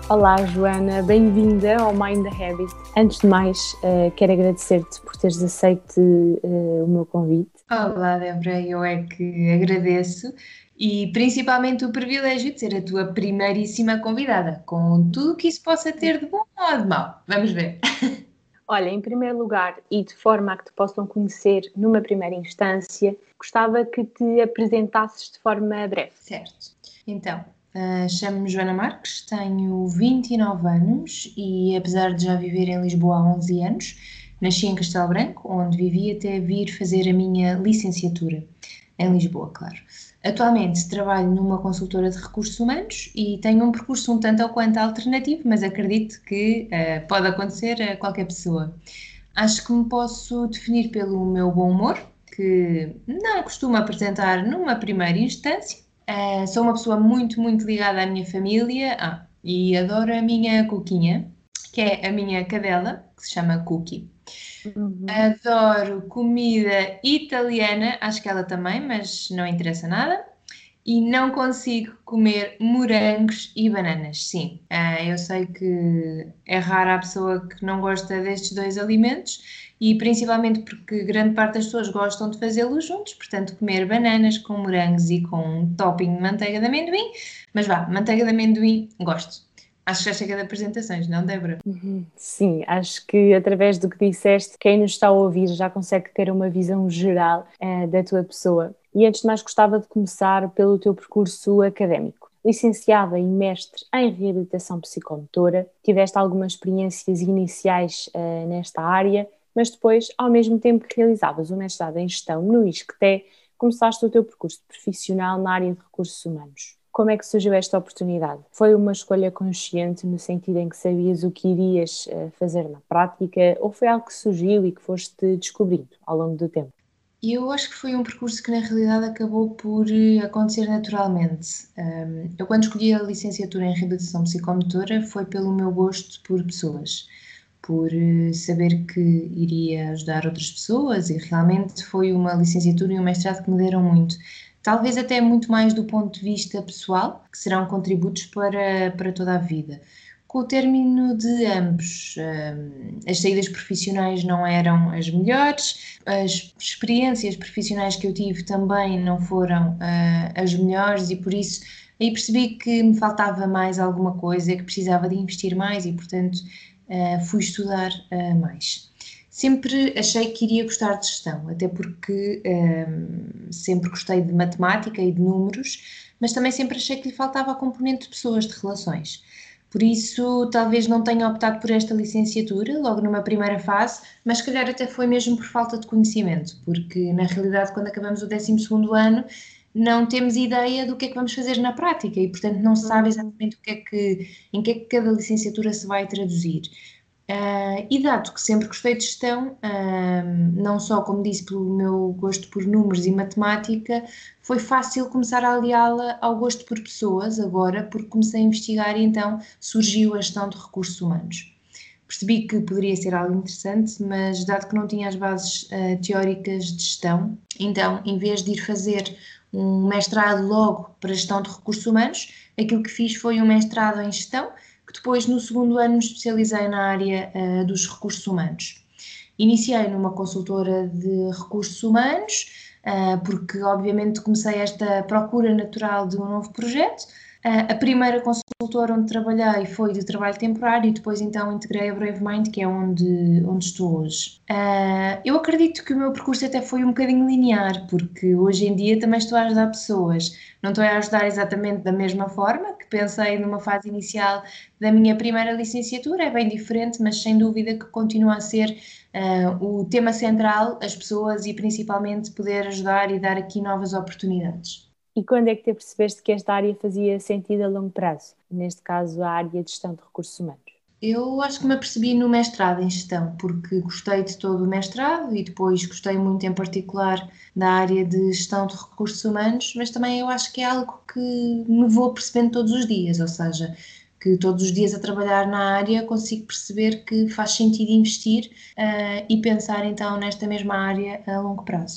Olá, Joana, bem-vinda ao Mind the Habit. Antes de mais, quero agradecer-te por teres aceito o meu convite. Olá, Débora, eu é que agradeço e principalmente o privilégio de ser a tua primeiríssima convidada, com tudo o que isso possa ter de bom ou de mau. Vamos ver. Olha, em primeiro lugar, e de forma a que te possam conhecer numa primeira instância, gostava que te apresentasses de forma breve. Certo. Então, chamo-me Joana Marques, tenho 29 anos e apesar de já viver em Lisboa há 11 anos, nasci em Castelo Branco, onde vivi até vir fazer a minha licenciatura, em Lisboa, claro. Atualmente trabalho numa consultora de recursos humanos e tenho um percurso um tanto ou quanto alternativo, mas acredito que pode acontecer a qualquer pessoa. Acho que me posso definir pelo meu bom humor, que não costumo apresentar numa primeira instância. Sou uma pessoa muito, muito ligada à minha família e adoro a minha Cuquinha, que é a minha cadela, que se chama Cookie. Adoro comida italiana, acho que ela também, mas não interessa nada. E não consigo comer morangos e bananas. Sim, eu sei que é rara a pessoa que não gosta destes dois alimentos e principalmente porque grande parte das pessoas gostam de fazê-los juntos, portanto, comer bananas com morangos e com um topping de manteiga de amendoim. Mas vá, manteiga de amendoim, gosto. Acho que já chega de apresentações, não, Débora? Sim, acho que através do que disseste, quem nos está a ouvir já consegue ter uma visão geral da tua pessoa. E antes de mais gostava de começar pelo teu percurso académico. Licenciada e mestre em Reabilitação Psicomotora, tiveste algumas experiências iniciais nesta área, mas depois, ao mesmo tempo que realizavas o mestrado em Gestão no ISCTE, começaste o teu percurso profissional na área de recursos humanos. Como é que surgiu esta oportunidade? Foi uma escolha consciente no sentido em que sabias o que irias fazer na prática ou foi algo que surgiu e que foste descobrindo ao longo do tempo? E eu acho que foi um percurso que na realidade acabou por acontecer naturalmente. Eu quando escolhi a licenciatura em Reabilitação Psicomotora foi pelo meu gosto por pessoas, por saber que iria ajudar outras pessoas e realmente foi uma licenciatura e um mestrado que me deram muito. Talvez até muito mais do ponto de vista pessoal, que serão contributos para toda a vida. Com o término de ambos, as saídas profissionais não eram as melhores, as experiências profissionais que eu tive também não foram as melhores e por isso aí percebi que me faltava mais alguma coisa, que precisava de investir mais e portanto fui estudar mais. Sempre achei que iria gostar de gestão, até porque sempre gostei de matemática e de números, mas também sempre achei que lhe faltava a componente de pessoas, de relações. Por isso, talvez não tenha optado por esta licenciatura, logo numa primeira fase, mas se calhar até foi mesmo por falta de conhecimento, porque na realidade, quando acabamos o 12º ano, não temos ideia do que é que vamos fazer na prática e, portanto, não se sabe exatamente em que é que cada licenciatura se vai traduzir. E dado que sempre gostei de gestão, não só, como disse, pelo meu gosto por números e matemática, foi fácil começar a aliá-la ao gosto por pessoas agora, porque comecei a investigar e então surgiu a gestão de recursos humanos. Percebi que poderia ser algo interessante, mas dado que não tinha as bases teóricas de gestão, então, em vez de ir fazer um mestrado logo para gestão de recursos humanos, aquilo que fiz foi um mestrado em gestão, que depois no segundo ano me especializei na área dos recursos humanos. Iniciei numa consultora de recursos humanos, porque obviamente comecei esta procura natural de um novo projeto. A primeira consultora onde trabalhei foi de trabalho temporário e depois então integrei a Brave Mind, que é onde estou hoje. Eu acredito que o meu percurso até foi um bocadinho linear, porque hoje em dia também estou a ajudar pessoas. Não estou a ajudar exatamente da mesma forma que pensei numa fase inicial da minha primeira licenciatura, é bem diferente, mas sem dúvida que continua a ser o tema central, as pessoas e principalmente poder ajudar e dar aqui novas oportunidades. E quando é que te percebeste que esta área fazia sentido a longo prazo? Neste caso, a área de gestão de recursos humanos. Eu acho que me apercebi no mestrado em gestão, porque gostei de todo o mestrado e depois gostei muito em particular da área de gestão de recursos humanos, mas também eu acho que é algo que me vou percebendo todos os dias, ou seja, que todos os dias a trabalhar na área consigo perceber que faz sentido investir e pensar então nesta mesma área a longo prazo.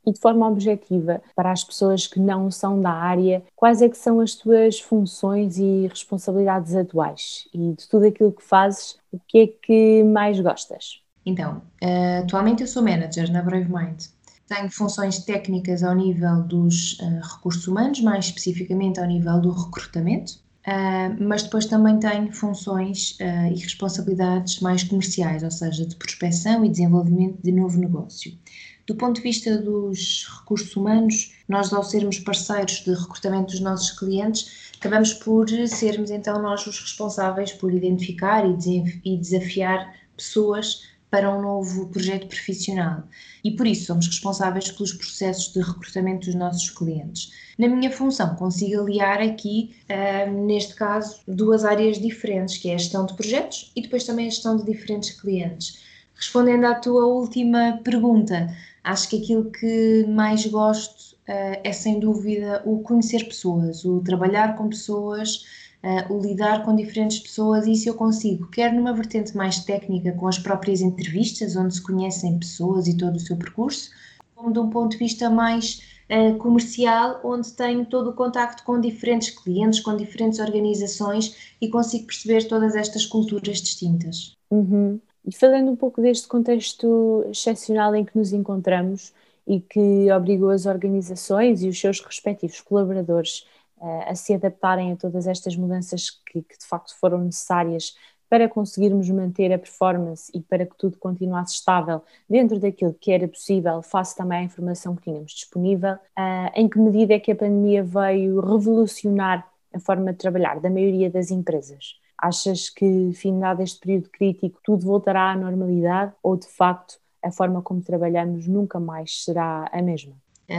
E de forma objetiva, para as pessoas que não são da área, quais é que são as tuas funções e responsabilidades atuais? E de tudo aquilo que fazes, o que é que mais gostas? Então, atualmente eu sou manager na BraveMind. Tenho funções técnicas ao nível dos recursos humanos, mais especificamente ao nível do recrutamento, mas depois também tenho funções e responsabilidades mais comerciais, ou seja, de prospecção e desenvolvimento de novo negócio. Do ponto de vista dos recursos humanos, nós, ao sermos parceiros de recrutamento dos nossos clientes, acabamos por sermos então nós os responsáveis por identificar e desafiar pessoas para um novo projeto profissional e por isso somos responsáveis pelos processos de recrutamento dos nossos clientes. Na minha função consigo aliar aqui, neste caso, duas áreas diferentes, que é a gestão de projetos e depois também a gestão de diferentes clientes. Respondendo à tua última pergunta, acho que aquilo que mais gosto é sem dúvida o conhecer pessoas, o trabalhar com pessoas, o lidar com diferentes pessoas, e isso eu consigo, quer numa vertente mais técnica, com as próprias entrevistas, onde se conhecem pessoas e todo o seu percurso, como de um ponto de vista mais comercial, onde tenho todo o contacto com diferentes clientes, com diferentes organizações e consigo perceber todas estas culturas distintas. Uhum. E falando um pouco deste contexto excepcional em que nos encontramos e que obrigou as organizações e os seus respectivos colaboradores a se adaptarem a todas estas mudanças que de facto foram necessárias para conseguirmos manter a performance e para que tudo continuasse estável dentro daquilo que era possível, face também à informação que tínhamos disponível, em que medida é que a pandemia veio revolucionar a forma de trabalhar da maioria das empresas? Achas que, findado este período crítico, tudo voltará à normalidade ou, de facto, a forma como trabalhamos nunca mais será a mesma?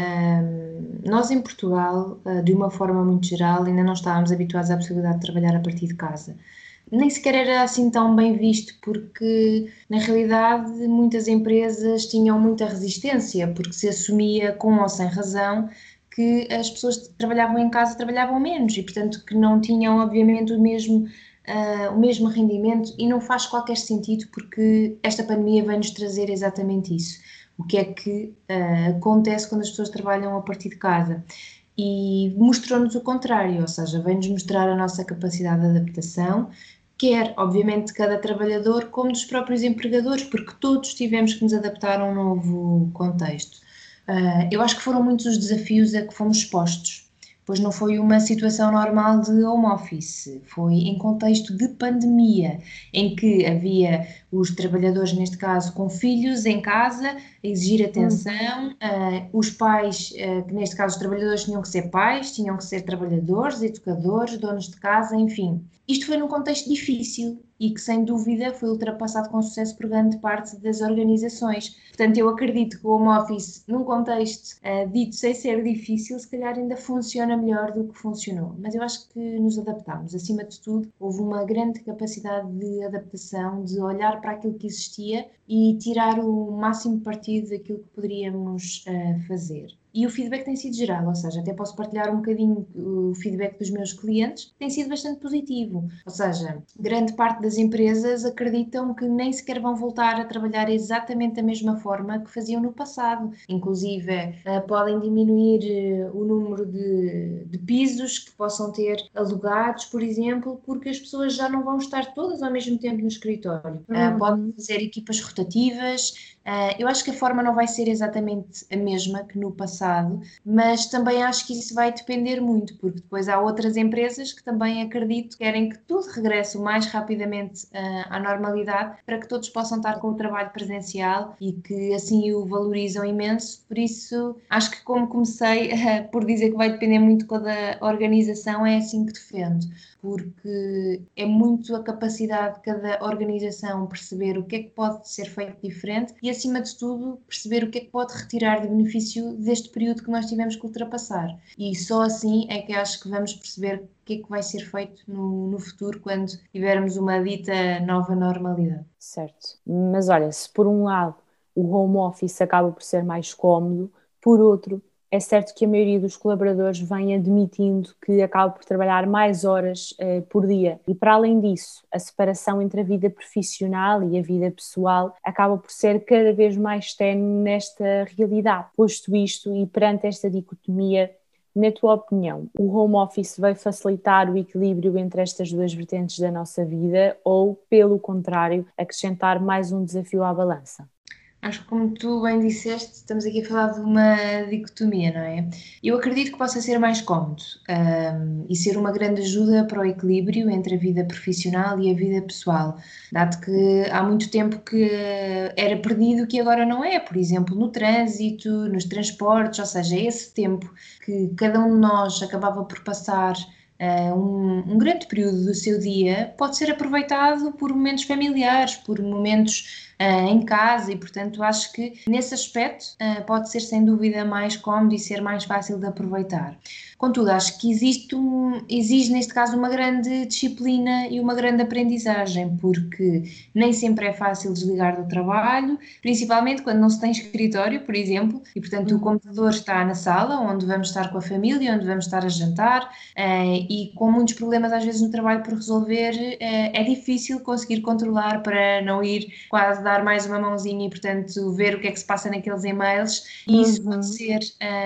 Nós em Portugal, de uma forma muito geral, ainda não estávamos habituados à possibilidade de trabalhar a partir de casa. Nem sequer era assim tão bem visto, porque na realidade muitas empresas tinham muita resistência, porque se assumia com ou sem razão que as pessoas que trabalhavam em casa trabalhavam menos e, portanto, que não tinham, obviamente, o mesmo rendimento, e não faz qualquer sentido, porque esta pandemia vem-nos trazer exatamente isso. O que é que acontece quando as pessoas trabalham a partir de casa? E mostrou-nos o contrário, ou seja, vem-nos mostrar a nossa capacidade de adaptação, quer, obviamente, de cada trabalhador, como dos próprios empregadores, porque todos tivemos que nos adaptar a um novo contexto. Eu acho que foram muitos os desafios a que fomos expostos, pois não foi uma situação normal de home office, foi em contexto de pandemia, em que havia os trabalhadores, neste caso, com filhos em casa, a exigir atenção, os pais, que neste caso os trabalhadores tinham que ser pais, tinham que ser trabalhadores, educadores, donos de casa, enfim. Isto foi num contexto difícil e que, sem dúvida, foi ultrapassado com sucesso por grande parte das organizações. Portanto, eu acredito que o home office, num contexto dito sem ser difícil, se calhar ainda funciona melhor do que funcionou. Mas eu acho que nos adaptámos. Acima de tudo, houve uma grande capacidade de adaptação, de olhar para aquilo que existia e tirar o máximo partido daquilo que poderíamos fazer. E o feedback tem sido geral, ou seja, até posso partilhar um bocadinho o feedback dos meus clientes, tem sido bastante positivo. Ou seja, grande parte das empresas acreditam que nem sequer vão voltar a trabalhar exatamente da mesma forma que faziam no passado. Inclusive, podem diminuir o número de pisos que possam ter alugados, por exemplo, porque as pessoas já não vão estar todas ao mesmo tempo no escritório. Podem fazer equipas rotativas. Eu acho que a forma não vai ser exatamente a mesma que no passado, mas também acho que isso vai depender muito, porque depois há outras empresas que também acredito que querem que tudo regresse o mais rapidamente à normalidade, para que todos possam estar com o trabalho presencial e que assim o valorizam imenso. Por isso, acho que, como comecei por dizer que vai depender muito de cada organização, é assim que defendo, porque é muito a capacidade de cada organização perceber o que é que pode ser feito diferente e, acima de tudo, perceber o que é que pode retirar de benefício deste período que nós tivemos que ultrapassar. E só assim é que acho que vamos perceber o que é que vai ser feito no futuro, quando tivermos uma dita nova normalidade. Certo. Mas olha, se por um lado o home office acaba por ser mais cómodo, por outro, É certo que a maioria dos colaboradores vem admitindo que acaba por trabalhar mais horas por dia e, para além disso, a separação entre a vida profissional e a vida pessoal acaba por ser cada vez mais ténue nesta realidade. Posto isto e perante esta dicotomia, na tua opinião, o home office vai facilitar o equilíbrio entre estas duas vertentes da nossa vida ou, pelo contrário, acrescentar mais um desafio à balança? Acho que, como tu bem disseste, estamos aqui a falar de uma dicotomia, não é? Eu acredito que possa ser mais cómodo, e ser uma grande ajuda para o equilíbrio entre a vida profissional e a vida pessoal, dado que há muito tempo que era perdido que agora não é, por exemplo, no trânsito, nos transportes, ou seja, esse tempo que cada um de nós acabava por passar um grande período do seu dia pode ser aproveitado por momentos familiares, por momentos em casa e, portanto, acho que nesse aspecto pode ser sem dúvida mais cómodo e ser mais fácil de aproveitar. Contudo, acho que exige neste caso uma grande disciplina e uma grande aprendizagem, porque nem sempre é fácil desligar do trabalho, principalmente quando não se tem escritório, por exemplo, e portanto o computador está na sala, onde vamos estar com a família, onde vamos estar a jantar, e com muitos problemas às vezes no trabalho por resolver, é difícil conseguir controlar para não ir quase dar mais uma mãozinha e portanto ver o que é que se passa naqueles e-mails, e isso pode ser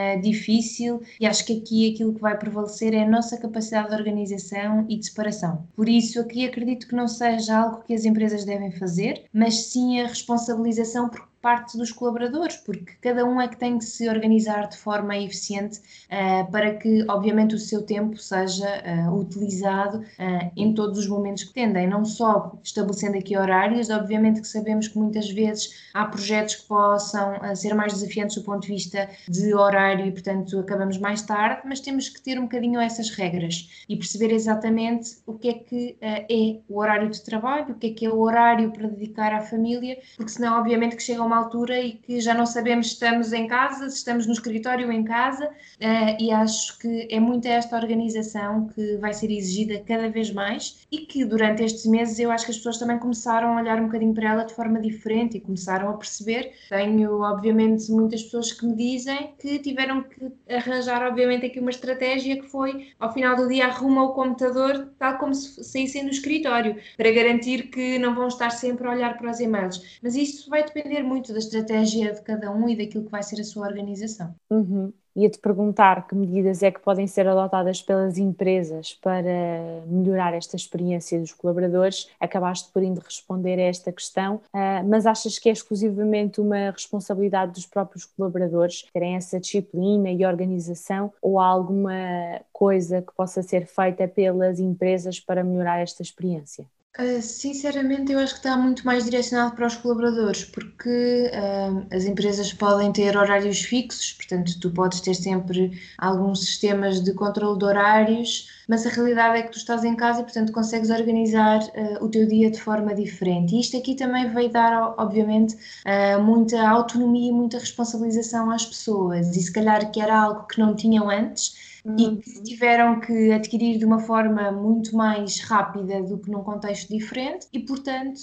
difícil, e acho que aqui aquilo que vai prevalecer é a nossa capacidade de organização e de separação. Por isso aqui acredito que não seja algo que as empresas devem fazer, mas sim a responsabilização por parte dos colaboradores, porque cada um é que tem que se organizar de forma eficiente para que, obviamente, o seu tempo seja utilizado em todos os momentos que tendem, não só estabelecendo aqui horários, obviamente que sabemos que muitas vezes há projetos que possam ser mais desafiantes do ponto de vista de horário e, portanto, acabamos mais tarde, mas temos que ter um bocadinho essas regras e perceber exatamente o que é o horário de trabalho, o que é o horário para dedicar à família, porque senão, obviamente, que chega uma altura e que já não sabemos se estamos em casa, se estamos no escritório ou em casa, e acho que é muito esta organização que vai ser exigida cada vez mais e que durante estes meses eu acho que as pessoas também começaram a olhar um bocadinho para ela de forma diferente e começaram a perceber. Tenho, obviamente, muitas pessoas que me dizem que tiveram que arranjar, obviamente, aqui uma estratégia que foi, ao final do dia, arruma o computador tal como se saíssem do escritório, para garantir que não vão estar sempre a olhar para os e-mails. Mas isso vai depender muito da estratégia de cada um e daquilo que vai ser a sua organização. Ia-te perguntar que medidas é que podem ser adotadas pelas empresas para melhorar esta experiência dos colaboradores. Acabaste por ainda responder a esta questão, mas achas que é exclusivamente uma responsabilidade dos próprios colaboradores terem essa disciplina e organização, ou há alguma coisa que possa ser feita pelas empresas para melhorar esta experiência? Sinceramente, eu acho que está muito mais direcionado para os colaboradores, porque as empresas podem ter horários fixos, portanto, tu podes ter sempre alguns sistemas de controle de horários, mas a realidade é que tu estás em casa e, portanto, consegues organizar o teu dia de forma diferente. E isto aqui também vai dar, obviamente, muita autonomia e muita responsabilização às pessoas, e se calhar que era algo que não tinham antes e que tiveram que adquirir de uma forma muito mais rápida do que num contexto diferente e, portanto,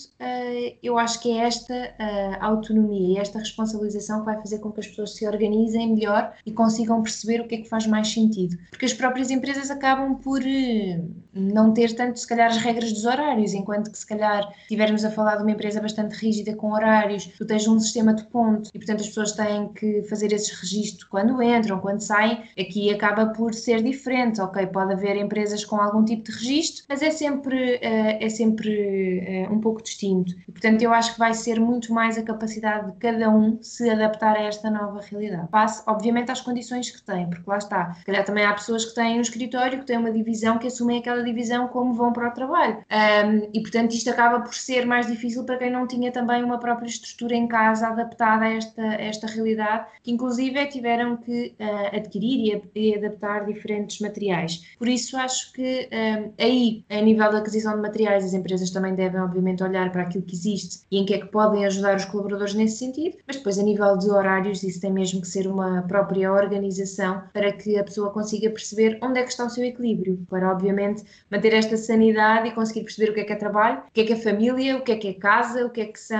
eu acho que é esta autonomia e esta responsabilização que vai fazer com que as pessoas se organizem melhor e consigam perceber o que é que faz mais sentido. Porque as próprias empresas acabam por não ter tanto, se calhar, as regras dos horários, enquanto que, se calhar, estivermos a falar de uma empresa bastante rígida com horários, tu tens um sistema de ponto e, portanto, as pessoas têm que fazer esses registros quando entram, quando saem. Aqui acaba por ser diferente, ok? Pode haver empresas com algum tipo de registro, mas é sempre um pouco distinto. E, portanto, eu acho que vai ser muito mais a capacidade de cada um se adaptar a esta nova realidade. Face, obviamente, às condições que tem, porque lá está. Se calhar também há pessoas que têm um escritório, que têm uma divisão, que assumem aquela divisão como vão para o trabalho. E, portanto, isto acaba por ser mais difícil para quem não tinha também uma própria estrutura em casa adaptada a esta realidade, que inclusive tiveram que adquirir e adaptar diferentes materiais. Por isso acho que aí, a nível da aquisição de materiais, as empresas também devem obviamente olhar para aquilo que existe e em que é que podem ajudar os colaboradores nesse sentido, mas depois a nível de horários isso tem mesmo que ser uma própria organização para que a pessoa consiga perceber onde é que está o seu equilíbrio, para obviamente manter esta sanidade e conseguir perceber o que é trabalho, o que é família, o que é casa, o que são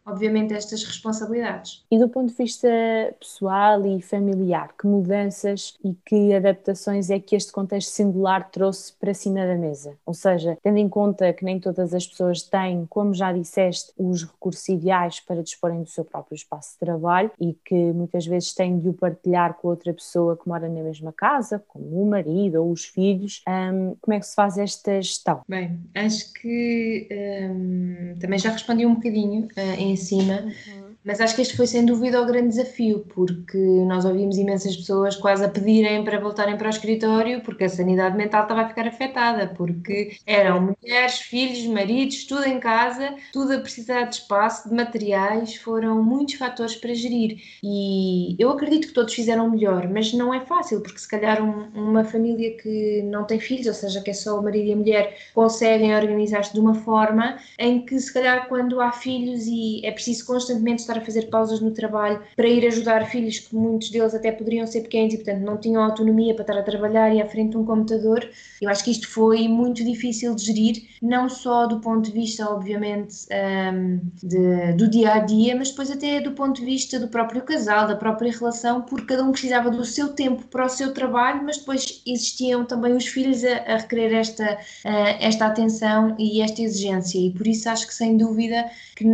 obviamente, estas responsabilidades. E do ponto de vista pessoal e familiar, que mudanças e que adaptações é que este contexto singular trouxe para cima da mesa? Ou seja, tendo em conta que nem todas as pessoas têm, como já disseste, os recursos ideais para disporem do seu próprio espaço de trabalho e que muitas vezes têm de o partilhar com outra pessoa que mora na mesma casa, como o marido ou os filhos, como é que se faz esta gestão? Bem, acho que também já respondi um bocadinho em cima, mas acho que este foi sem dúvida o grande desafio, porque nós ouvimos imensas pessoas quase a pedirem para voltarem para o escritório, porque a sanidade mental estava a ficar afetada, porque eram mulheres, filhos, maridos, tudo em casa, tudo a precisar de espaço, de materiais, foram muitos fatores para gerir. E eu acredito que todos fizeram o melhor, mas não é fácil, porque se calhar uma família que não tem filhos, ou seja, que é só o marido e a mulher, conseguem organizar-se de uma forma em que, se calhar, quando há filhos e é preciso constantemente estar a fazer pausas no trabalho para ir ajudar filhos que muitos deles até poderiam ser pequenos e, portanto, não tinham autonomia para estar a trabalhar e à frente de um computador, eu acho que isto foi muito difícil de gerir, não só do ponto de vista, obviamente, do dia a dia, mas depois até do ponto de vista do próprio casal, da própria relação, porque cada um precisava do seu tempo para o seu trabalho, mas depois existiam também os filhos a requerer esta atenção e esta exigência, e por isso acho que sem dúvida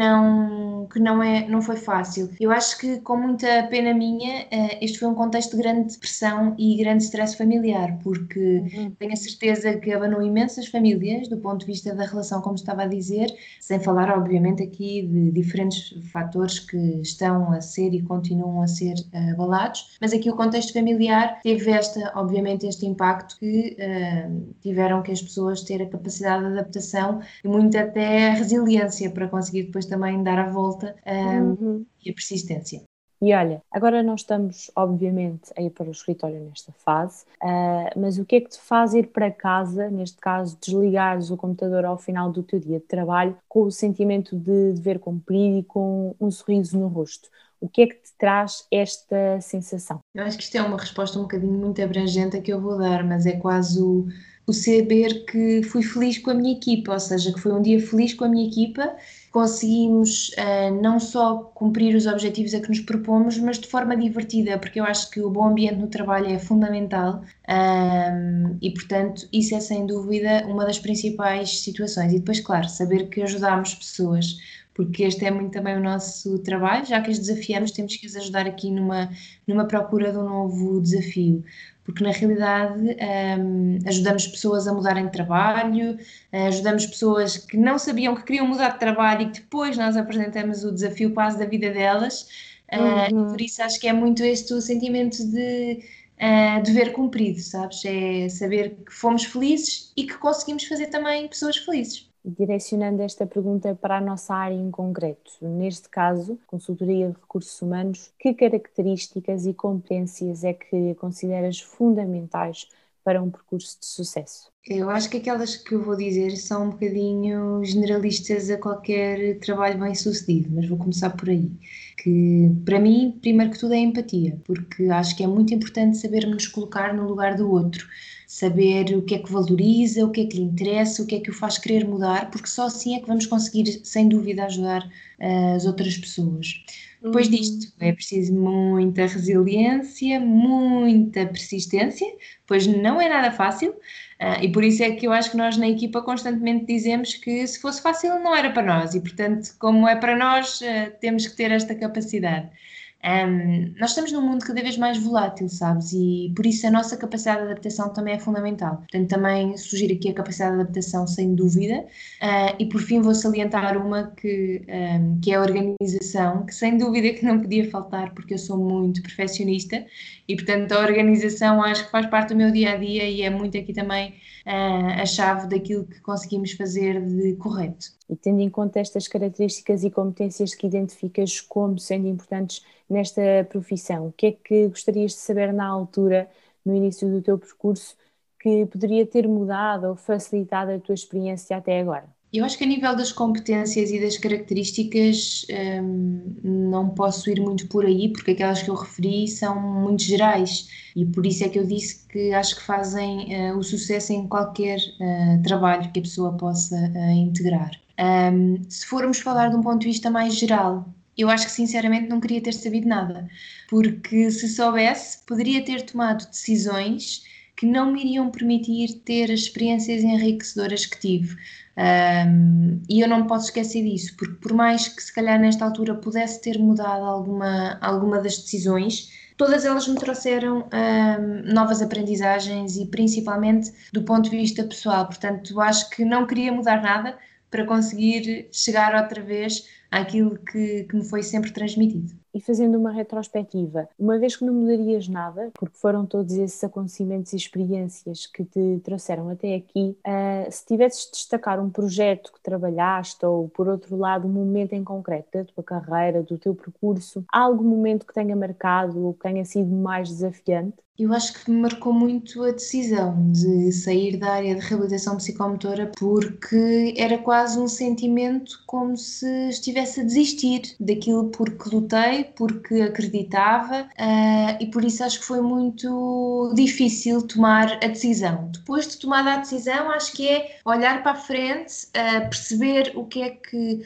não foi fácil. Eu acho que, com muita pena minha, este foi um contexto de grande pressão e grande stress familiar, porque tenho a certeza que abanou imensas famílias do ponto de vista da relação, como estava a dizer, sem falar obviamente aqui de diferentes fatores que estão a ser e continuam a ser abalados, mas aqui o contexto familiar teve obviamente este impacto que tiveram que as pessoas ter a capacidade de adaptação e muito até a resiliência para conseguir depois também dar a volta e a persistência. E olha, agora nós estamos, obviamente, a ir para o escritório nesta fase, mas o que é que te faz ir para casa, neste caso, desligares o computador ao final do teu dia de trabalho, com o sentimento de dever cumprir e com um sorriso no rosto? O que é que te traz esta sensação? Eu acho que isto é uma resposta um bocadinho muito abrangente a que eu vou dar, mas é quase o saber que fui feliz com a minha equipa, ou seja, que foi um dia feliz com a minha equipa, conseguimos não só cumprir os objetivos a que nos propomos, mas de forma divertida, porque eu acho que o bom ambiente no trabalho é fundamental e, portanto, isso é sem dúvida uma das principais situações. E depois, claro, saber que ajudamos pessoas, porque este é muito também o nosso trabalho, já que as desafiamos, temos que as ajudar aqui numa procura de um novo desafio, porque na realidade ajudamos pessoas a mudarem de trabalho, ajudamos pessoas que não sabiam que queriam mudar de trabalho e que depois nós apresentamos o desafio quase da vida delas, e por isso acho que é muito este o sentimento de dever cumprido, sabes? É saber que fomos felizes e que conseguimos fazer também pessoas felizes. Direcionando esta pergunta para a nossa área em concreto, neste caso, consultoria de recursos humanos, que características e competências é que consideras fundamentais para um percurso de sucesso? Eu acho que aquelas que eu vou dizer são um bocadinho generalistas a qualquer trabalho bem-sucedido, mas vou começar por aí. Que para mim, primeiro que tudo, é empatia, porque acho que é muito importante sabermos nos colocar no lugar do outro, saber o que é que valoriza, o que é que lhe interessa, o que é que o faz querer mudar, porque só assim é que vamos conseguir, sem dúvida, ajudar as outras pessoas. Depois disto, é preciso muita resiliência, muita persistência, pois não é nada fácil. E por isso é que eu acho que nós na equipa constantemente dizemos que se fosse fácil não era para nós e, portanto, como é para nós, temos que ter esta capacidade. Nós estamos num mundo cada vez mais volátil, sabes? E por isso a nossa capacidade de adaptação também é fundamental. Portanto, também sugiro aqui a capacidade de adaptação, sem dúvida. E por fim vou salientar uma que é a organização, que sem dúvida que não podia faltar, porque eu sou muito perfeccionista e, portanto, a organização acho que faz parte do meu dia a dia e é muito aqui também a chave daquilo que conseguimos fazer de correto. E tendo em conta estas características e competências que identificas como sendo importantes nesta profissão, o que é que gostarias de saber na altura, no início do teu percurso, que poderia ter mudado ou facilitado a tua experiência até agora? Eu acho que a nível das competências e das características, não posso ir muito por aí, porque aquelas que eu referi são muito gerais e por isso é que eu disse que acho que fazem o sucesso em qualquer trabalho que a pessoa possa integrar. Se formos falar de um ponto de vista mais geral, eu acho que sinceramente não queria ter sabido nada, porque se soubesse, poderia ter tomado decisões que não me iriam permitir ter as experiências enriquecedoras que tive. E eu não me posso esquecer disso, porque por mais que se calhar nesta altura pudesse ter mudado alguma das decisões, todas elas me trouxeram novas aprendizagens e principalmente do ponto de vista pessoal. Portanto, acho que não queria mudar nada para conseguir chegar outra vez àquilo que me foi sempre transmitido. E fazendo uma retrospectiva, uma vez que não mudarias nada, porque foram todos esses acontecimentos e experiências que te trouxeram até aqui, se tivesses de destacar um projeto que trabalhaste ou, por outro lado, um momento em concreto da tua carreira, do teu percurso, há algum momento que tenha marcado ou que tenha sido mais desafiante? Eu acho que me marcou muito a decisão de sair da área de reabilitação psicomotora, porque era quase um sentimento como se estivesse a desistir daquilo porque lutei, porque acreditava, e por isso acho que foi muito difícil tomar a decisão. Depois de tomada a decisão, acho que é olhar para a frente, perceber o que é que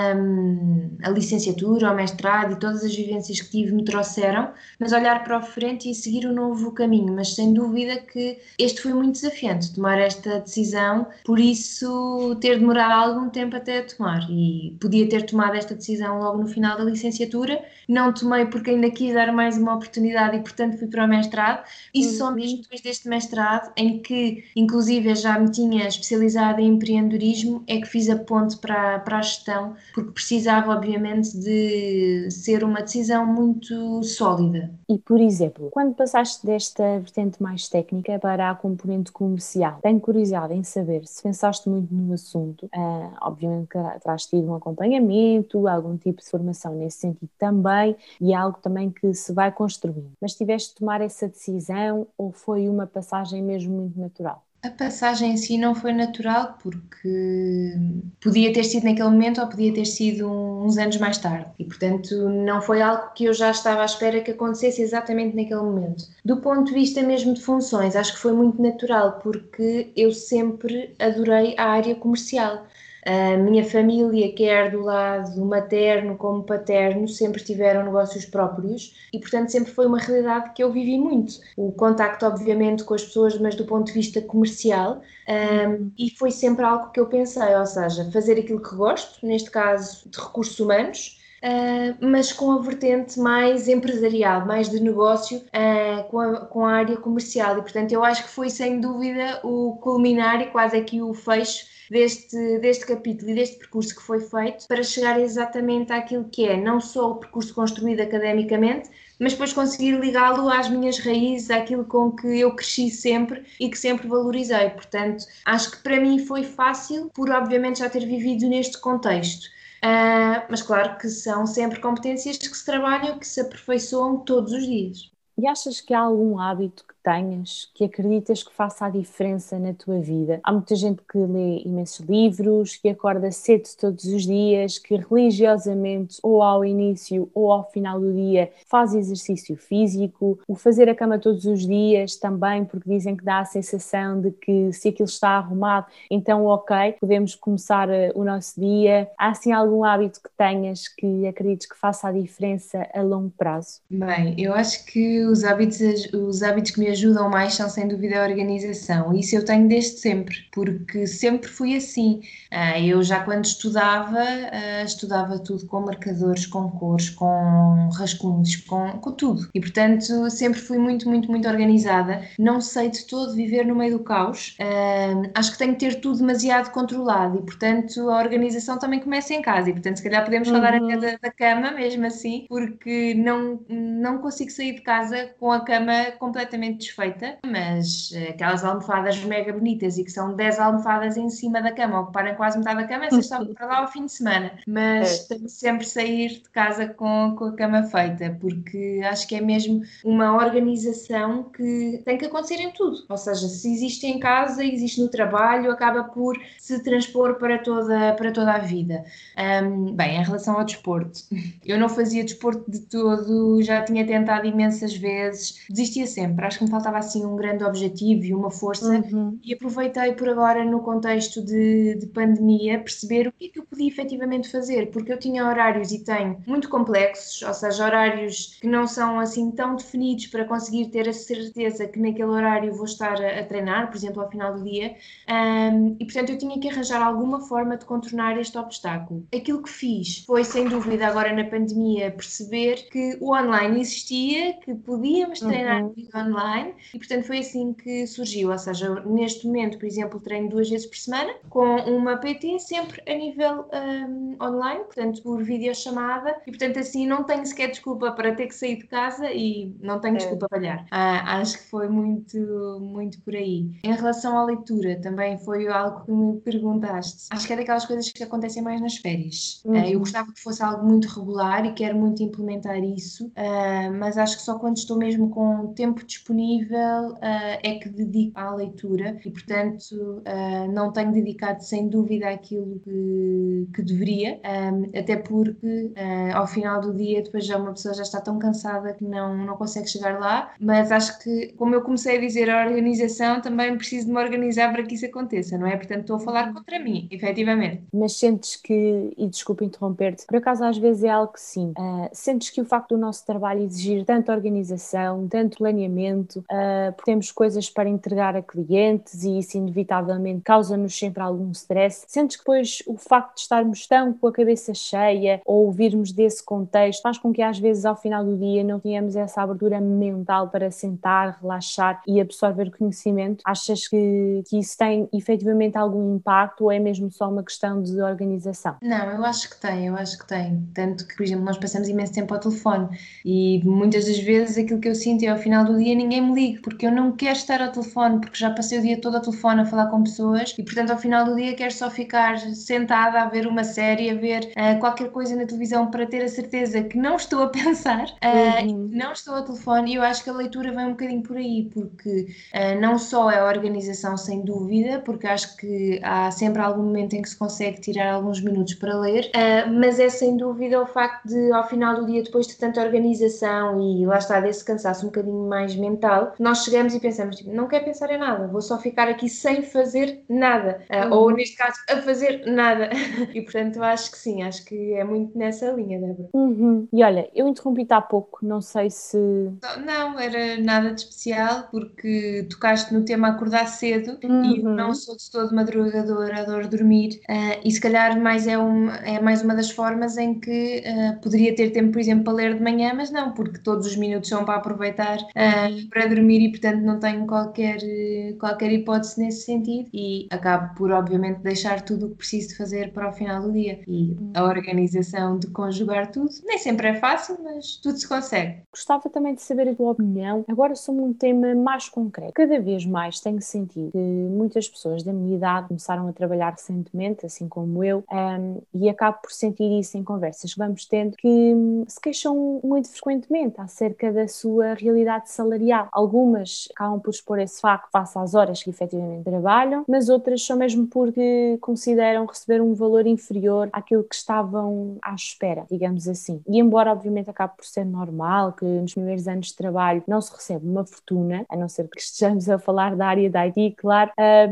a licenciatura, o mestrado e todas as vivências que tive me trouxeram, mas olhar para a frente e seguir o novo caminho, mas sem dúvida que este foi muito desafiante, tomar esta decisão, por isso ter demorado algum tempo até a tomar, e podia ter tomado esta decisão logo no final da licenciatura, não tomei porque ainda quis dar mais uma oportunidade e portanto fui para o mestrado, e só mesmo depois deste mestrado, em que inclusive eu já me tinha especializado em empreendedorismo, é que fiz a ponte para a gestão, porque precisava obviamente de ser uma decisão muito sólida. E, por exemplo, quando passaste desta vertente mais técnica para a componente comercial, tenho curiosidade em saber se pensaste muito no assunto. Obviamente que terás tido um acompanhamento, algum tipo de formação nesse sentido também, e é algo também que se vai construindo. Mas tiveste de tomar essa decisão ou foi uma passagem mesmo muito natural? A passagem em si não foi natural porque podia ter sido naquele momento ou podia ter sido uns anos mais tarde e, portanto, não foi algo que eu já estava à espera que acontecesse exatamente naquele momento. Do ponto de vista mesmo de funções, acho que foi muito natural porque eu sempre adorei a área comercial. A minha família, quer do lado materno como paterno, sempre tiveram negócios próprios e, portanto, sempre foi uma realidade que eu vivi muito. O contacto, obviamente, com as pessoas, mas do ponto de vista comercial, e foi sempre algo que eu pensei, ou seja, fazer aquilo que gosto, neste caso de recursos humanos, mas com a vertente mais empresarial, mais de negócio, com a área comercial. E, portanto, eu acho que foi sem dúvida o culminar e quase aqui o fecho deste capítulo e deste percurso que foi feito para chegar exatamente àquilo que é não só o percurso construído academicamente, mas depois conseguir ligá-lo às minhas raízes, àquilo com que eu cresci sempre e que sempre valorizei. Portanto, acho que para mim foi fácil, por obviamente já ter vivido neste contexto. Mas claro que são sempre competências que se trabalham, que se aperfeiçoam todos os dias. E achas que há algum hábito que tenhas que acreditas que faça a diferença na tua vida? Há muita gente que lê imensos livros, que acorda cedo todos os dias, que religiosamente, ou ao início ou ao final do dia, faz exercício físico. O fazer a cama todos os dias também, porque dizem que dá a sensação de que se aquilo está arrumado, então ok, podemos começar o nosso dia. Há assim algum hábito que tenhas que acredites que faça a diferença a longo prazo? Bem, eu acho que os hábitos que me ajudam mais são sem dúvida a organização. Isso eu tenho desde sempre, porque sempre fui assim. Eu já quando estudava tudo com marcadores, com cores, com rascunhos, com tudo. E portanto sempre fui muito, muito, muito organizada. Não sei de todo viver no meio do caos. Acho que tenho que ter tudo demasiado controlado e portanto a organização também começa em casa. E portanto se calhar podemos falar até da cama mesmo assim, porque não consigo sair de casa com a cama completamente desfeita, mas aquelas almofadas mega bonitas e que são 10 almofadas em cima da cama, ocuparem quase metade da cama, essas só para lá ao fim de semana. Mas tenho que sempre sair de casa com a cama feita, porque acho que é mesmo uma organização que tem que acontecer em tudo. Ou seja, se existe em casa, existe no trabalho, acaba por se transpor para toda a vida. Bem, em relação ao desporto, eu não fazia desporto de todo, já tinha tentado imensas vezes, desistia sempre. Acho que me faltava assim um grande objetivo e uma força, e aproveitei por agora, no contexto de pandemia, perceber o que é que eu podia efetivamente fazer, porque eu tinha horários e tenho muito complexos, ou seja, horários que não são assim tão definidos para conseguir ter a certeza que naquele horário vou estar a treinar, por exemplo, ao final do dia, e portanto eu tinha que arranjar alguma forma de contornar este obstáculo. Aquilo que fiz foi, sem dúvida, agora na pandemia, perceber que o online existia, que podíamos treinar online, e portanto foi assim que surgiu. Ou seja, neste momento, por exemplo, treino 2 vezes por semana com uma PT, sempre a nível online, portanto por videochamada, e portanto assim não tenho sequer desculpa para ter que sair de casa e não tenho desculpa para falhar. Acho que foi muito, muito por aí. Em relação à leitura, também foi algo que me perguntaste. Acho que é daquelas coisas que acontecem mais nas férias. Eu gostava que fosse algo muito regular e quero muito implementar isso, mas acho que só quando estou mesmo com tempo disponível é que dedico à leitura, e portanto não tenho dedicado sem dúvida àquilo que deveria, até porque ao final do dia depois já uma pessoa já está tão cansada que não consegue chegar lá, mas acho que, como eu comecei a dizer, a organização, também preciso de me organizar para que isso aconteça, não é? Portanto, estou a falar contra mim, efetivamente. Mas sentes que, e desculpa interromper-te, por acaso às vezes é algo que sim, sentes que o facto do nosso trabalho exigir tanta organização, tanto planeamento, porque temos coisas para entregar a clientes e isso inevitavelmente causa-nos sempre algum stress, sentes que depois o facto de estarmos tão com a cabeça cheia ou ouvirmos desse contexto faz com que às vezes ao final do dia não tenhamos essa abertura mental para sentar, relaxar e absorver conhecimento? Achas que isso tem efetivamente algum impacto ou é mesmo só uma questão de organização? Não, eu acho que tem, eu acho que tem. Tanto que, por exemplo, nós passamos imenso tempo ao telefone e muitas das vezes aquilo que eu sinto é ao final do dia ninguém me liga, porque eu não quero estar ao telefone, porque já passei o dia todo ao telefone a falar com pessoas e, portanto, ao final do dia quero só ficar sentada a ver uma série, a ver qualquer coisa na televisão para ter a certeza que não estou a pensar, e que não estou ao telefone. E eu acho que a leitura vem um bocadinho por aí, porque não só é a organização, sem dúvida, porque acho que há sempre algum momento em que se consegue tirar alguns minutos para ler, mas é sem dúvida o facto de, ao final do dia, depois de tanta organização e lá está, desse cansaço um bocadinho mais mental, nós chegamos e pensamos, tipo, não quero pensar em nada, vou só ficar aqui sem fazer nada, ou neste caso, a fazer nada. E portanto, acho que sim, acho que é muito nessa linha, Débora. E olha, eu interrompi-te há pouco, não sei se... Não, era nada de especial, porque tocaste no tema acordar cedo e eu não sou de todo madrugadora, adoro dormir, e se calhar é mais uma das formas em que poderia ter tempo, por exemplo, para ler de manhã, mas não, porque todos os minutos são para aproveitar para dormir e, portanto, não tenho qualquer hipótese nesse sentido e acabo por, obviamente, deixar tudo o que preciso de fazer para o final do dia. E a organização de conjugar tudo, nem sempre é fácil, mas tudo se consegue. Gostava também de saber a tua opinião, agora sobre um tema mais concreto. Cada vez mais tenho sentido que muitas pessoas da minha idade começaram a trabalhar recentemente, assim como eu, e acabo por sentir isso em conversas que vamos tendo, que se queixam muito frequentemente acerca da sua realidade salarial. Algumas acabam por expor esse facto face às horas que efetivamente trabalham, mas outras só mesmo porque consideram receber um valor inferior àquilo que estavam à espera, digamos assim. E embora obviamente acabe por ser normal que nos primeiros anos de trabalho não se recebe uma fortuna, a não ser que estejamos a falar da área da IT, claro,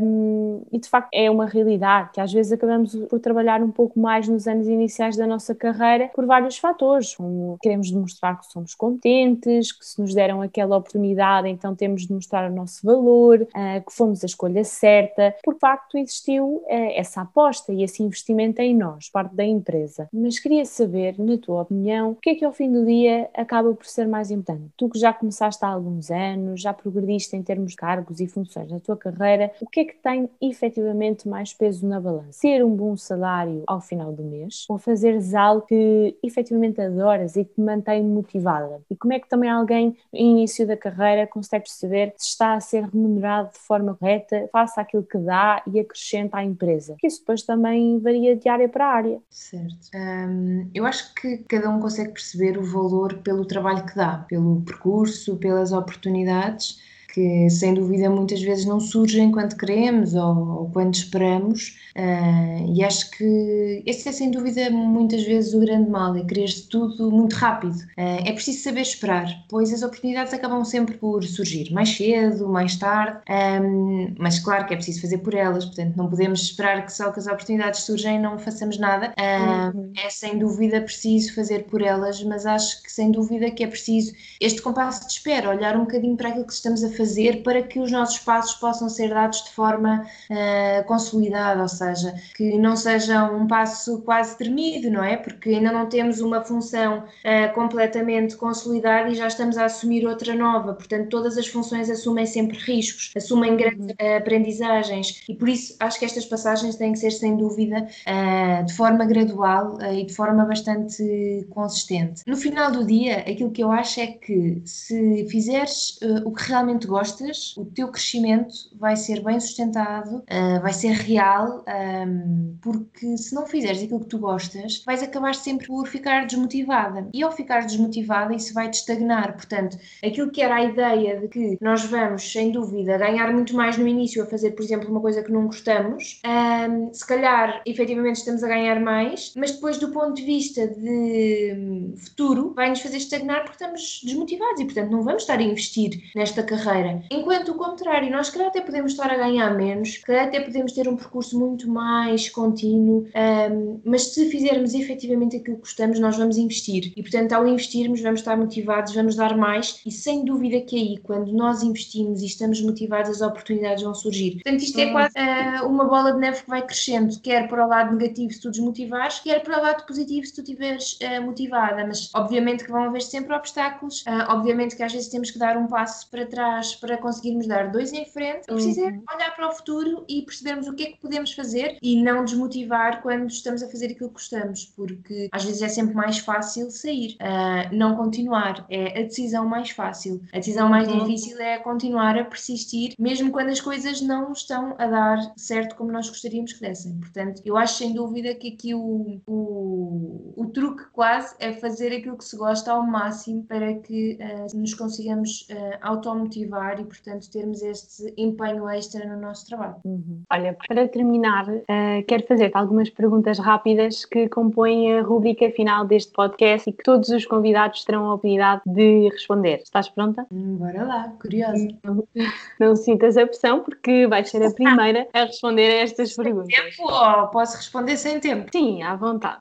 e de facto é uma realidade que às vezes acabamos por trabalhar um pouco mais nos anos iniciais da nossa carreira por vários fatores, como queremos demonstrar que somos competentes, que se nos deram aquela oportunidade então temos de mostrar o nosso valor, que fomos a escolha certa, por facto existiu essa aposta e esse investimento em nós, parte da empresa. Mas queria saber, na tua opinião, o que é que ao fim do dia acaba por ser mais importante? Tu que já começaste há alguns anos, já progrediste em termos de cargos e funções na tua carreira, o que é que tem efetivamente mais peso na balança? Ter um bom salário ao final do mês ou fazeres algo que efetivamente adoras e que te mantém motivada? E como é que também alguém no início da carreira carreira consegue perceber se está a ser remunerado de forma correta, faça aquilo que dá e acrescenta à empresa. Porque isso depois também varia de área para área. Certo. Eu acho que cada um consegue perceber o valor pelo trabalho que dá, pelo percurso, pelas oportunidades, que sem dúvida muitas vezes não surgem quando queremos ou quando esperamos, e acho que esse é sem dúvida muitas vezes o grande mal, é querer-se tudo muito rápido. É preciso saber esperar, pois as oportunidades acabam sempre por surgir, mais cedo, mais tarde, mas claro que é preciso fazer por elas, portanto não podemos esperar que só que as oportunidades surgem e não façamos nada. É sem dúvida preciso fazer por elas, mas acho que sem dúvida que é preciso este compasso de espera, olhar um bocadinho para aquilo que estamos a fazer para que os nossos passos possam ser dados de forma consolidada, ou seja, que não seja um passo quase tremido, não é? Porque ainda não temos uma função completamente consolidada e já estamos a assumir outra nova, portanto todas as funções assumem sempre riscos, assumem grandes aprendizagens e por isso acho que estas passagens têm que ser sem dúvida de forma gradual e de forma bastante consistente. No final do dia, aquilo que eu acho é que se fizeres o que realmente gostas, o teu crescimento vai ser bem sustentado, vai ser real, porque se não fizeres aquilo que tu gostas, vais acabar sempre por ficar desmotivada. E ao ficar desmotivada, isso vai-te estagnar. Portanto, aquilo que era a ideia de que nós vamos, sem dúvida, ganhar muito mais no início a fazer, por exemplo, uma coisa que não gostamos, se calhar, efetivamente, estamos a ganhar mais, mas depois, do ponto de vista de futuro, vai-nos fazer estagnar porque estamos desmotivados e, portanto, não vamos estar a investir nesta carreira. Enquanto o contrário, nós, se calhar, até podemos estar a ganhar menos, se calhar, até podemos ter um percurso muito mais contínuo, mas se fizermos efetivamente aquilo que gostamos, nós vamos investir. E, portanto, ao investirmos, vamos estar motivados, vamos dar mais e, sem dúvida que aí, quando nós investimos e estamos motivados, as oportunidades vão surgir. Portanto, isto é quase uma bola de neve que vai crescendo, quer para o lado negativo se tu desmotivares, quer para o lado positivo se tu estiveres motivada, mas obviamente que vão haver sempre obstáculos, obviamente que às vezes temos que dar um passo para trás para conseguirmos dar dois em frente. É preciso olhar para o futuro e percebermos o que é que podemos fazer e não desmotivar quando estamos a fazer aquilo que gostamos, porque às vezes é sempre mais fácil sair, não continuar, é a decisão mais fácil. A decisão mais difícil é continuar a persistir, mesmo quando as coisas não estão a dar certo como nós gostaríamos que dessem. Portanto, eu acho sem dúvida que aqui o truque quase é fazer aquilo que se gosta ao máximo para que nos consigamos automotivar e, portanto, termos este empenho extra no nosso trabalho. Olha, para terminar, quero fazer-te algumas perguntas rápidas que compõem a rubrica final deste podcast e que todos os convidados terão a oportunidade de responder. Estás pronta? Bora lá, curiosa. Não sintas a pressão porque vais ser a primeira a responder a estas perguntas. Tempo ou posso responder sem tempo? Sim, à vontade.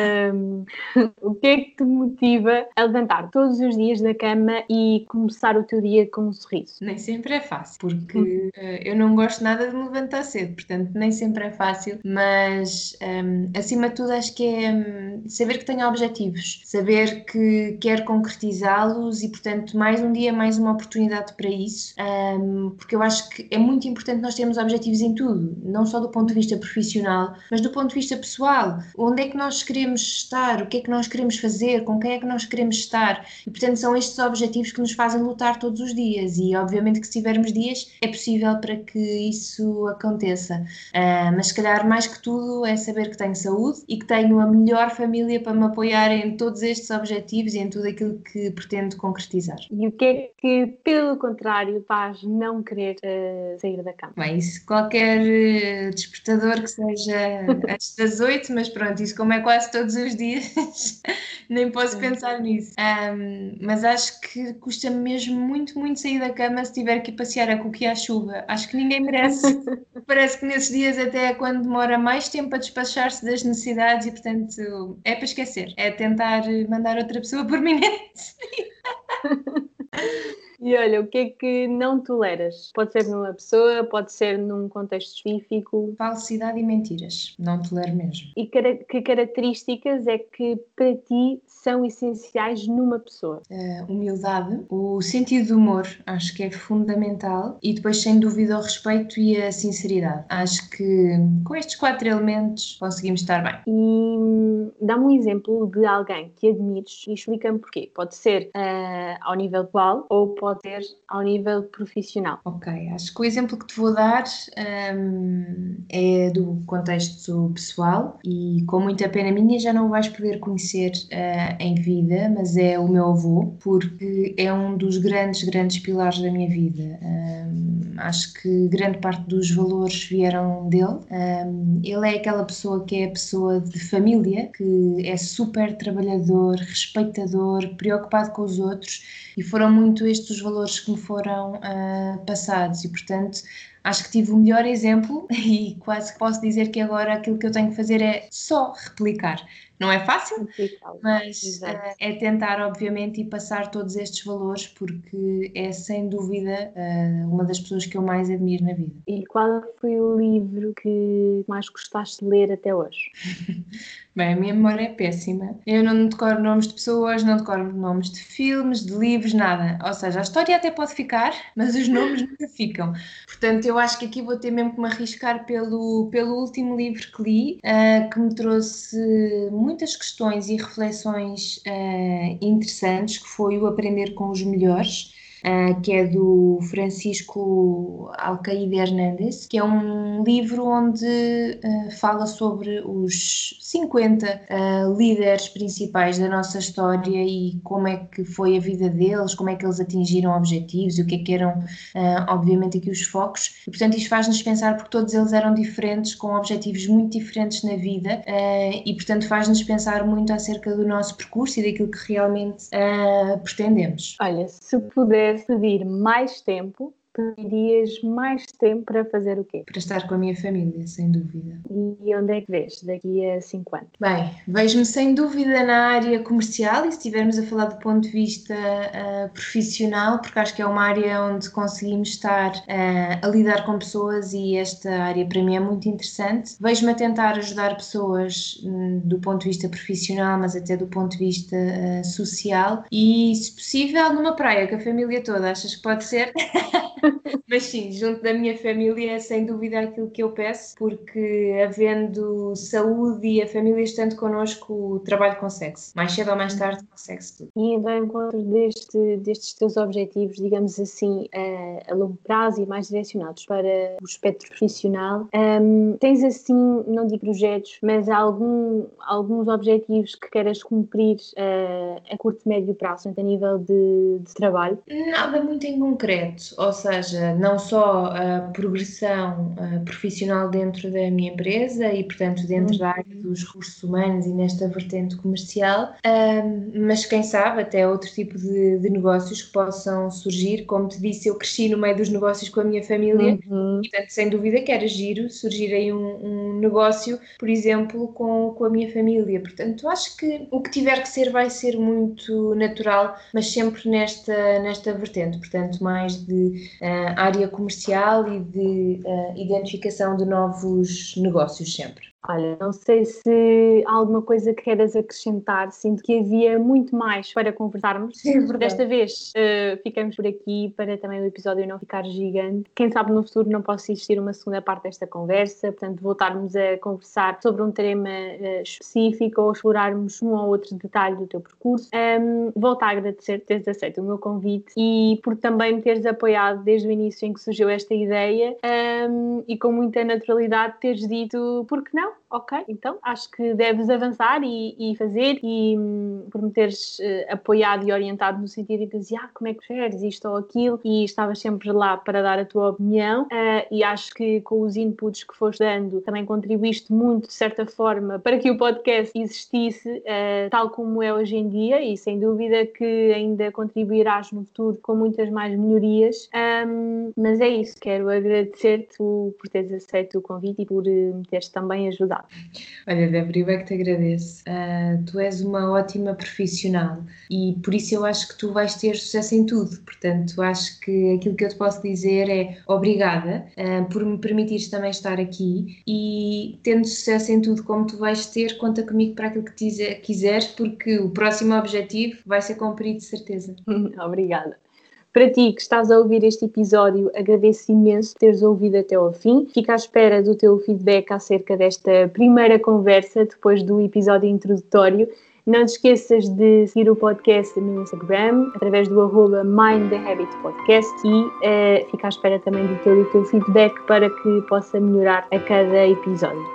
O que é que te motiva a levantar todos os dias da cama e começar o teu dia com um sorriso? Nem sempre é fácil, porque eu não gosto nada de me levantar cedo, portanto nem sempre é fácil, mas acima de tudo acho que é saber que tenho objetivos, saber que quero concretizá-los e, portanto, mais um dia, mais uma oportunidade para isso, porque eu acho que é muito importante nós termos objetivos em tudo, não só do ponto de vista profissional, mas do ponto de vista pessoal. Onde é que nós queremos estar? O que é que nós queremos fazer? Com quem é que nós queremos estar? E, portanto, são estes objetivos que nos fazem lutar todos os dias e, obviamente, que se tivermos dias, é possível para que isso aconteça. Mas, se calhar, mais que tudo, é saber que tenho saúde e que tenho a melhor família para me apoiar em todos estes objetivos e em tudo aquilo que pretendo concretizar. E o que é que, pelo contrário, faz não querer sair da cama? Bem, isso qualquer despertador que seja antes das 8, mas pronto, isso como é quase todos os dias, nem posso pensar nisso. Mas acho que custa-me mesmo muito, muito sair da cama se tiver que ir passear a coquilhar à chuva. Acho que ninguém merece. Parece que nesses dias até é quando demora mais tempo a despachar-se das necessidades e, portanto, é para esquecer. É tentar mandar outra pessoa por mim. E olha, o que é que não toleras? Pode ser numa pessoa, pode ser num contexto específico. Falsidade e mentiras. Não tolero mesmo. E que características é que para ti são essenciais numa pessoa? Humildade, o sentido do humor, acho que é fundamental, e depois, sem dúvida, o respeito e a sinceridade. Acho que com estes 4 elementos conseguimos estar bem. E Dá-me um exemplo de alguém que admires e explica-me porquê. Pode ser ao nível pessoal ou pode ser ao nível profissional. Ok, acho que o exemplo que te vou dar é do contexto pessoal e com muita pena minha já não o vais poder conhecer em vida, mas é o meu avô, porque é um dos grandes pilares da minha vida. Acho que grande parte dos valores vieram dele. Ele é aquela pessoa que é a pessoa de família, que é super trabalhador, respeitador, preocupado com os outros, e foram muito estes os valores que me foram passados e, portanto, acho que tive o melhor exemplo e quase que posso dizer que agora aquilo que eu tenho que fazer é só replicar. Não é fácil, mas é tentar, obviamente, e passar todos estes valores, porque é, sem dúvida, uma das pessoas que eu mais admiro na vida. E qual foi o livro que mais gostaste de ler até hoje? Bem, a minha memória é péssima. Eu não decoro nomes de pessoas, não decoro nomes de filmes, de livros, nada. Ou seja, a história até pode ficar, mas os nomes nunca ficam. Portanto, eu acho que aqui vou ter mesmo que me arriscar pelo último livro que li, que me trouxe muitas questões e reflexões interessantes, que foi o Aprender com os Melhores. Que é do Francisco Alcaide Hernández, que é um livro onde fala sobre os 50 líderes principais da nossa história e como é que foi a vida deles, como é que eles atingiram objetivos e o que eram, obviamente, aqui os focos. E, portanto, isto faz-nos pensar porque todos eles eram diferentes, com objetivos muito diferentes na vida e, portanto, faz-nos pensar muito acerca do nosso percurso e daquilo que realmente pretendemos. Olha, se pudesse pedir mais tempo, pedirias mais tempo para fazer o quê? Para estar com a minha família, sem dúvida. E onde é que vês daqui a 5 anos? Bem, vejo-me sem dúvida na área comercial e se estivermos a falar do ponto de vista profissional, porque acho que é uma área onde conseguimos estar a lidar com pessoas e esta área para mim é muito interessante. Vejo-me a tentar ajudar pessoas do ponto de vista profissional, mas até do ponto de vista social e, se possível, numa praia com a família toda. Achas que pode ser? Mas sim, junto da minha família é sem dúvida aquilo que eu peço, porque havendo saúde e a família estando connosco, o trabalho consegue-se. Mais cedo ou mais tarde consegue-se tudo. E indo ao encontro destes teus objetivos, digamos assim, a longo prazo e mais direcionados para o espectro profissional, tens assim, não digo projetos, mas alguns objetivos que queiras cumprir a curto e médio prazo, a nível de trabalho? Nada muito em concreto, ou seja, não só a progressão profissional dentro da minha empresa e, portanto, dentro da área dos recursos humanos e nesta vertente comercial, mas quem sabe até outro tipo de negócios que possam surgir. Como te disse, eu cresci no meio dos negócios com a minha família e, portanto, sem dúvida que era giro surgir aí um negócio, por exemplo, com a minha família. Portanto, acho que o que tiver que ser vai ser muito natural, mas sempre nesta vertente, portanto, mais de área comercial e de identificação de novos negócios sempre. Olha, não sei se há alguma coisa que queiras acrescentar. Sinto que havia muito mais para conversarmos. Desta vez ficamos por aqui para também o episódio não ficar gigante. Quem sabe no futuro não possa existir uma segunda parte desta conversa, portanto voltarmos a conversar sobre um tema específico ou explorarmos um ou outro detalhe do teu percurso. Volto a agradecer teres aceito o meu convite e por também me teres apoiado desde o início em que surgiu esta ideia e com muita naturalidade teres dito, por que não? Ok, então acho que deves avançar e fazer e por me teres apoiado e orientado no sentido de dizer como é que queres isto ou aquilo e estavas sempre lá para dar a tua opinião e acho que com os inputs que foste dando também contribuíste muito de certa forma para que o podcast existisse tal como é hoje em dia e sem dúvida que ainda contribuirás no futuro com muitas mais melhorias, mas é isso, quero agradecer-te por teres aceito o convite e por me teres também ajudado. Olha, Débora, eu é que te agradeço. Tu és uma ótima profissional e por isso eu acho que tu vais ter sucesso em tudo. Portanto, acho que aquilo que eu te posso dizer é obrigada por me permitires também estar aqui e tendo sucesso em tudo como tu vais ter, conta comigo para aquilo que quiseres, porque o próximo objetivo vai ser cumprido de certeza. Obrigada. Para ti que estás a ouvir este episódio, agradeço imenso teres ouvido até ao fim. Fico à espera do teu feedback acerca desta primeira conversa, depois do episódio introdutório. Não te esqueças de seguir o podcast no Instagram, através do @MindTheHabitPodcast, e fico à espera também do teu feedback para que possa melhorar a cada episódio.